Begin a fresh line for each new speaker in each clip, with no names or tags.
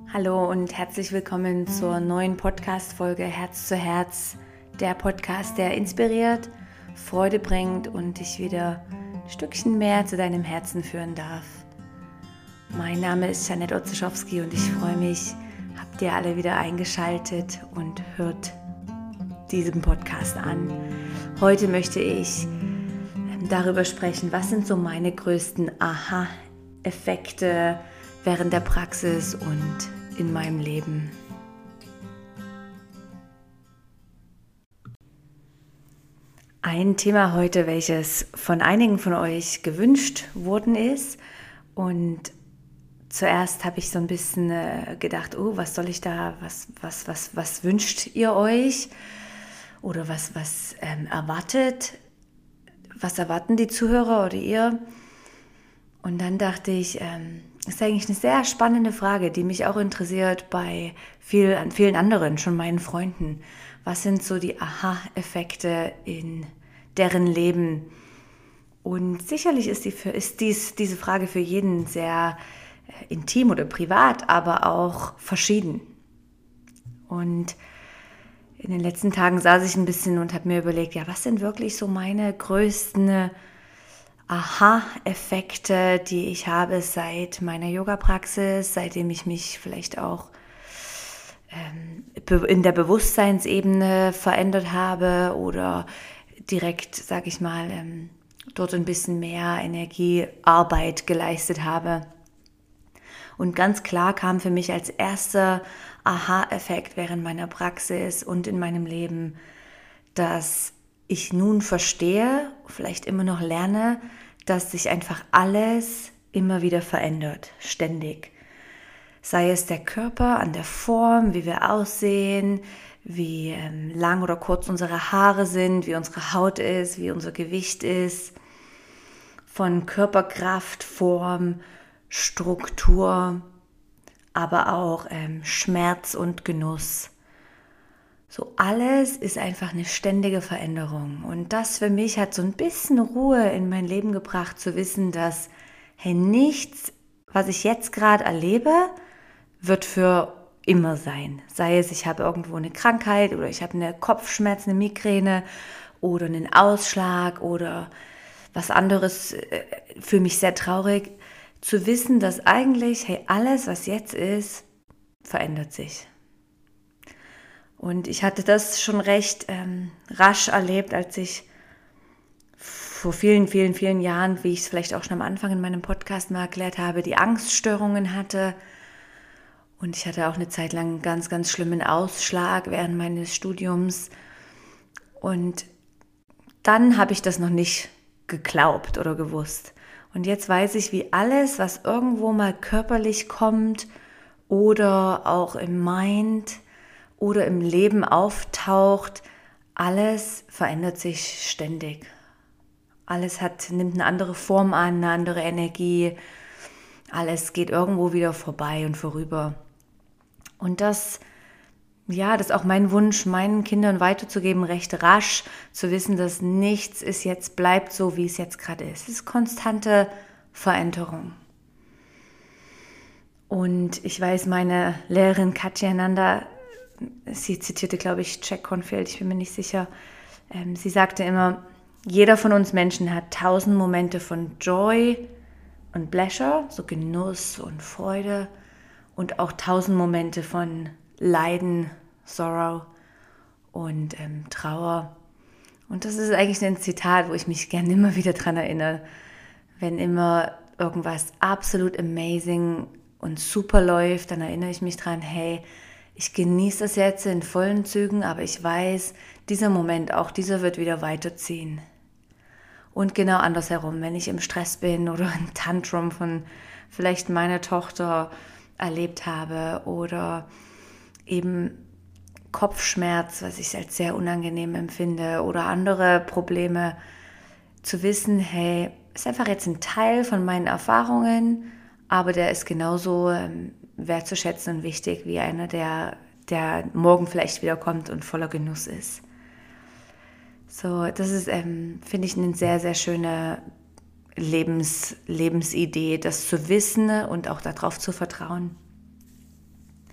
Hallo und herzlich willkommen zur neuen Podcast-Folge Herz zu Herz, der Podcast, der inspiriert, Freude bringt und dich wieder ein Stückchen mehr zu deinem Herzen führen darf. Mein Name ist Janette Otzeschowski und ich freue mich, habt ihr alle wieder eingeschaltet und hört diesen Podcast an. Heute möchte ich darüber sprechen, was sind so meine größten Aha-Effekte während der Praxis und in meinem Leben. Ein Thema heute, welches von einigen von euch gewünscht worden ist, und zuerst habe ich so ein bisschen gedacht, was soll ich da, was wünscht ihr euch oder was erwartet, was erwarten die Zuhörer oder ihr? Und dann dachte ich, das ist eigentlich eine sehr spannende Frage, die mich auch interessiert an vielen anderen, schon meinen Freunden. Was sind so die Aha-Effekte in deren Leben? Und sicherlich ist diese Frage für jeden sehr intim oder privat, aber auch verschieden. Und in den letzten Tagen saß ich ein bisschen und habe mir überlegt, was sind wirklich so meine größten Aha-Effekte, die ich habe seit meiner Yoga-Praxis, seitdem ich mich vielleicht auch in der Bewusstseinsebene verändert habe oder direkt, sage ich mal, dort ein bisschen mehr Energiearbeit geleistet habe. Und ganz klar kam für mich als erster Aha-Effekt während meiner Praxis und in meinem Leben, dass ich nun verstehe, vielleicht immer noch lerne, dass sich einfach alles immer wieder verändert, ständig. Sei es der Körper an der Form, wie wir aussehen, wie lang oder kurz unsere Haare sind, wie unsere Haut ist, wie unser Gewicht ist, von Körperkraft, Form, Struktur, aber auch Schmerz und Genuss. So alles ist einfach eine ständige Veränderung. Und das für mich hat so ein bisschen Ruhe in mein Leben gebracht, zu wissen, dass nichts, was ich jetzt gerade erlebe, wird für immer sein. Sei es, ich habe irgendwo eine Krankheit oder ich habe eine Kopfschmerzen, eine Migräne oder einen Ausschlag oder was anderes, für mich sehr traurig, zu wissen, dass eigentlich, alles, was jetzt ist, verändert sich. Und ich hatte das schon recht rasch erlebt, als ich vor vielen, vielen, vielen Jahren, wie ich es vielleicht auch schon am Anfang in meinem Podcast mal erklärt habe, die Angststörungen hatte. Und ich hatte auch eine Zeit lang einen ganz, ganz schlimmen Ausschlag während meines Studiums. Und dann habe ich das noch nicht geglaubt oder gewusst. Und jetzt weiß ich, wie alles, was irgendwo mal körperlich kommt oder auch im Mind oder im Leben auftaucht, alles verändert sich ständig. Alles nimmt eine andere Form an, eine andere Energie. Alles geht irgendwo wieder vorbei und vorüber. Und das ist auch mein Wunsch, meinen Kindern weiterzugeben, recht rasch zu wissen, dass nichts ist jetzt, bleibt so, wie es jetzt gerade ist. Es ist konstante Veränderung. Und ich weiß, meine Lehrerin Katja Nanda, sie zitierte, glaube ich, Jack Cornfield, ich bin mir nicht sicher. Sie sagte immer, jeder von uns Menschen hat 1000 Momente von Joy und Pleasure, so Genuss und Freude, und auch 1000 Momente von Leiden, Sorrow und Trauer. Und das ist eigentlich ein Zitat, wo ich mich gerne immer wieder dran erinnere. Wenn immer irgendwas absolut amazing und super läuft, dann erinnere ich mich dran, ich genieße das jetzt in vollen Zügen, aber ich weiß, dieser Moment, auch dieser wird wieder weiterziehen. Und genau andersherum, wenn ich im Stress bin oder ein Tantrum von vielleicht meiner Tochter erlebt habe oder eben Kopfschmerz, was ich als sehr unangenehm empfinde, oder andere Probleme, zu wissen, ist einfach jetzt ein Teil von meinen Erfahrungen, aber der ist genauso wertzuschätzen und wichtig wie einer, der morgen vielleicht wiederkommt und voller Genuss ist. So, das ist, finde ich, eine sehr, sehr schöne Lebensidee, das zu wissen und auch darauf zu vertrauen.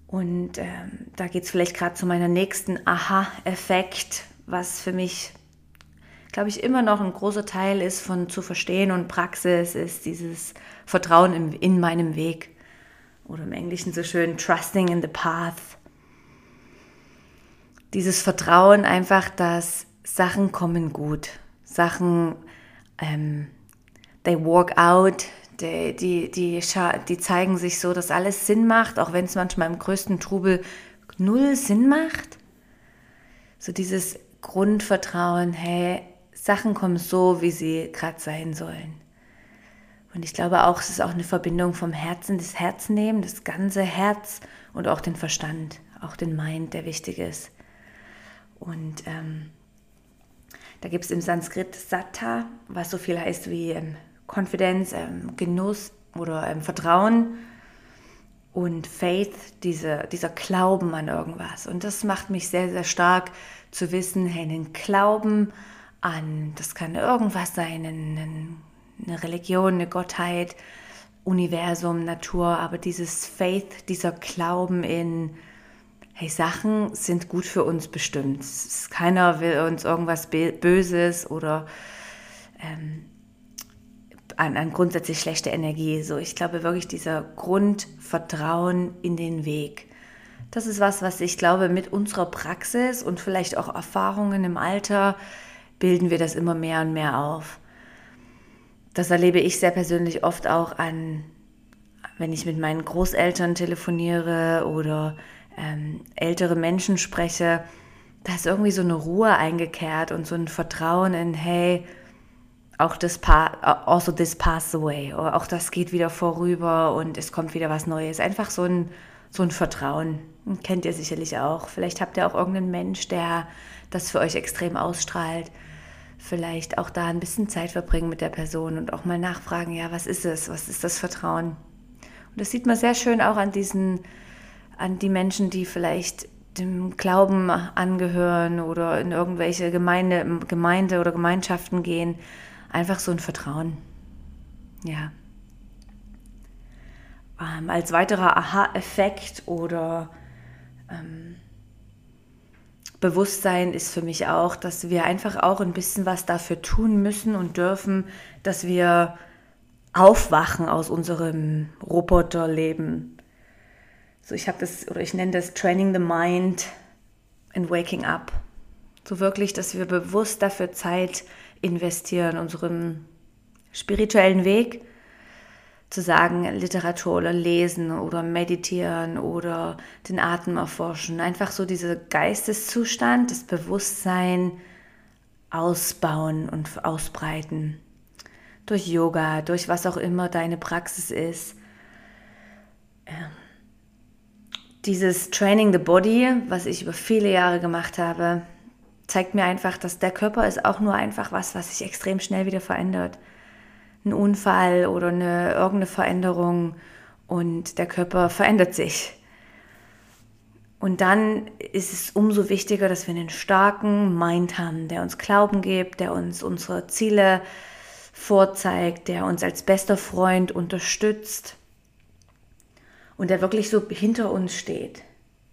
Und da geht es vielleicht gerade zu meiner nächsten Aha-Effekt, was für mich, glaube ich, immer noch ein großer Teil ist von zu verstehen und Praxis, ist dieses Vertrauen in meinem Weg. Oder im Englischen so schön, trusting in the path. Dieses Vertrauen einfach, dass Sachen kommen gut. Sachen, they work out, die zeigen sich so, dass alles Sinn macht, auch wenn es manchmal im größten Trubel null Sinn macht. So dieses Grundvertrauen, hey, Sachen kommen so, wie sie gerade sein sollen. Und ich glaube auch, es ist auch eine Verbindung vom Herzen, das Herz nehmen, das ganze Herz und auch den Verstand, auch den Mind, der wichtig ist. Und da gibt es im Sanskrit Sattva, was so viel heißt wie Confidence, Genuss oder Vertrauen und Faith, dieser Glauben an irgendwas. Und das macht mich sehr, sehr stark zu wissen, hey, einen Glauben an, das kann irgendwas sein, eine Religion, eine Gottheit, Universum, Natur, aber dieses Faith, dieser Glauben in, hey, Sachen sind gut für uns bestimmt. Keiner will uns irgendwas Böses oder an grundsätzlich schlechte Energie. So, ich glaube wirklich, dieser Grundvertrauen in den Weg. Das ist was ich glaube, mit unserer Praxis und vielleicht auch Erfahrungen im Alter bilden wir das immer mehr und mehr auf. Das erlebe ich sehr persönlich oft auch wenn ich mit meinen Großeltern telefoniere oder ältere Menschen spreche, da ist irgendwie so eine Ruhe eingekehrt und so ein Vertrauen in, hey, auch also this passed away, oder auch das geht wieder vorüber und es kommt wieder was Neues. Einfach so ein Vertrauen. Kennt ihr sicherlich auch. Vielleicht habt ihr auch irgendeinen Mensch, der das für euch extrem ausstrahlt. Vielleicht auch da ein bisschen Zeit verbringen mit der Person und auch mal nachfragen, ja, was ist es? Was ist das Vertrauen? Und das sieht man sehr schön auch an die Menschen, die vielleicht dem Glauben angehören oder in irgendwelche Gemeinde oder Gemeinschaften gehen. Einfach so ein Vertrauen. Ja. Als weiterer Aha-Effekt oder Bewusstsein ist für mich auch, dass wir einfach auch ein bisschen was dafür tun müssen und dürfen, dass wir aufwachen aus unserem Roboterleben. So, ich nenne das Training the Mind and Waking Up. So wirklich, dass wir bewusst dafür Zeit investieren, unserem spirituellen Weg, zu sagen, Literatur oder lesen oder meditieren oder den Atem erforschen. Einfach so dieser Geisteszustand, das Bewusstsein ausbauen und ausbreiten. Durch Yoga, durch was auch immer deine Praxis ist. Dieses Training the Body, was ich über viele Jahre gemacht habe, zeigt mir einfach, dass der Körper ist auch nur einfach was sich extrem schnell wieder verändert. Ein Unfall oder irgendeine Veränderung und der Körper verändert sich. Und dann ist es umso wichtiger, dass wir einen starken Mind haben, der uns Glauben gibt, der uns unsere Ziele vorzeigt, der uns als bester Freund unterstützt und der wirklich so hinter uns steht.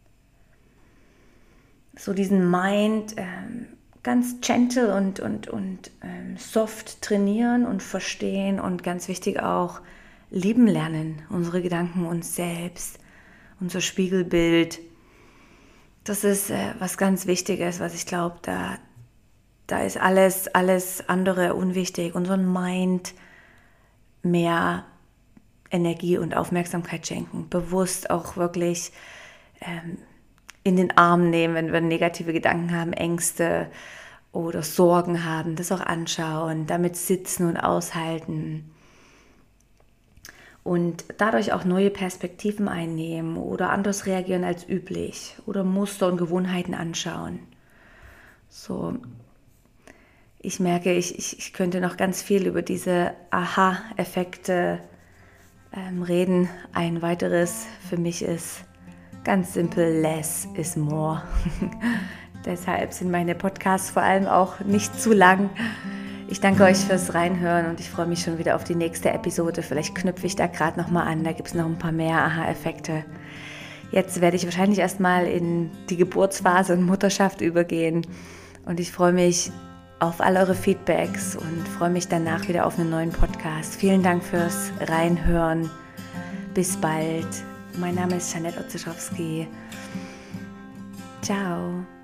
So diesen Mind ganz gentle und soft trainieren und verstehen und ganz wichtig auch lieben lernen. Unsere Gedanken, uns selbst, unser Spiegelbild. Das ist was ganz Wichtiges, was ich glaube, da ist alles andere unwichtig. Unseren Mind mehr Energie und Aufmerksamkeit schenken. Bewusst auch wirklich in den Arm nehmen, wenn wir negative Gedanken haben, Ängste oder Sorgen haben, das auch anschauen, damit sitzen und aushalten und dadurch auch neue Perspektiven einnehmen oder anders reagieren als üblich oder Muster und Gewohnheiten anschauen. So, ich merke, ich könnte noch ganz viel über diese Aha-Effekte reden. Ein weiteres für mich ist ganz simpel, less is more. Deshalb sind meine Podcasts vor allem auch nicht zu lang. Ich danke euch fürs Reinhören und ich freue mich schon wieder auf die nächste Episode. Vielleicht knüpfe ich da gerade nochmal an, da gibt es noch ein paar mehr Aha-Effekte. Jetzt werde ich wahrscheinlich erstmal in die Geburtsphase und Mutterschaft übergehen und ich freue mich auf all eure Feedbacks und freue mich danach wieder auf einen neuen Podcast. Vielen Dank fürs Reinhören. Bis bald. Mein Name ist Jeanette Otzischowski. Ciao.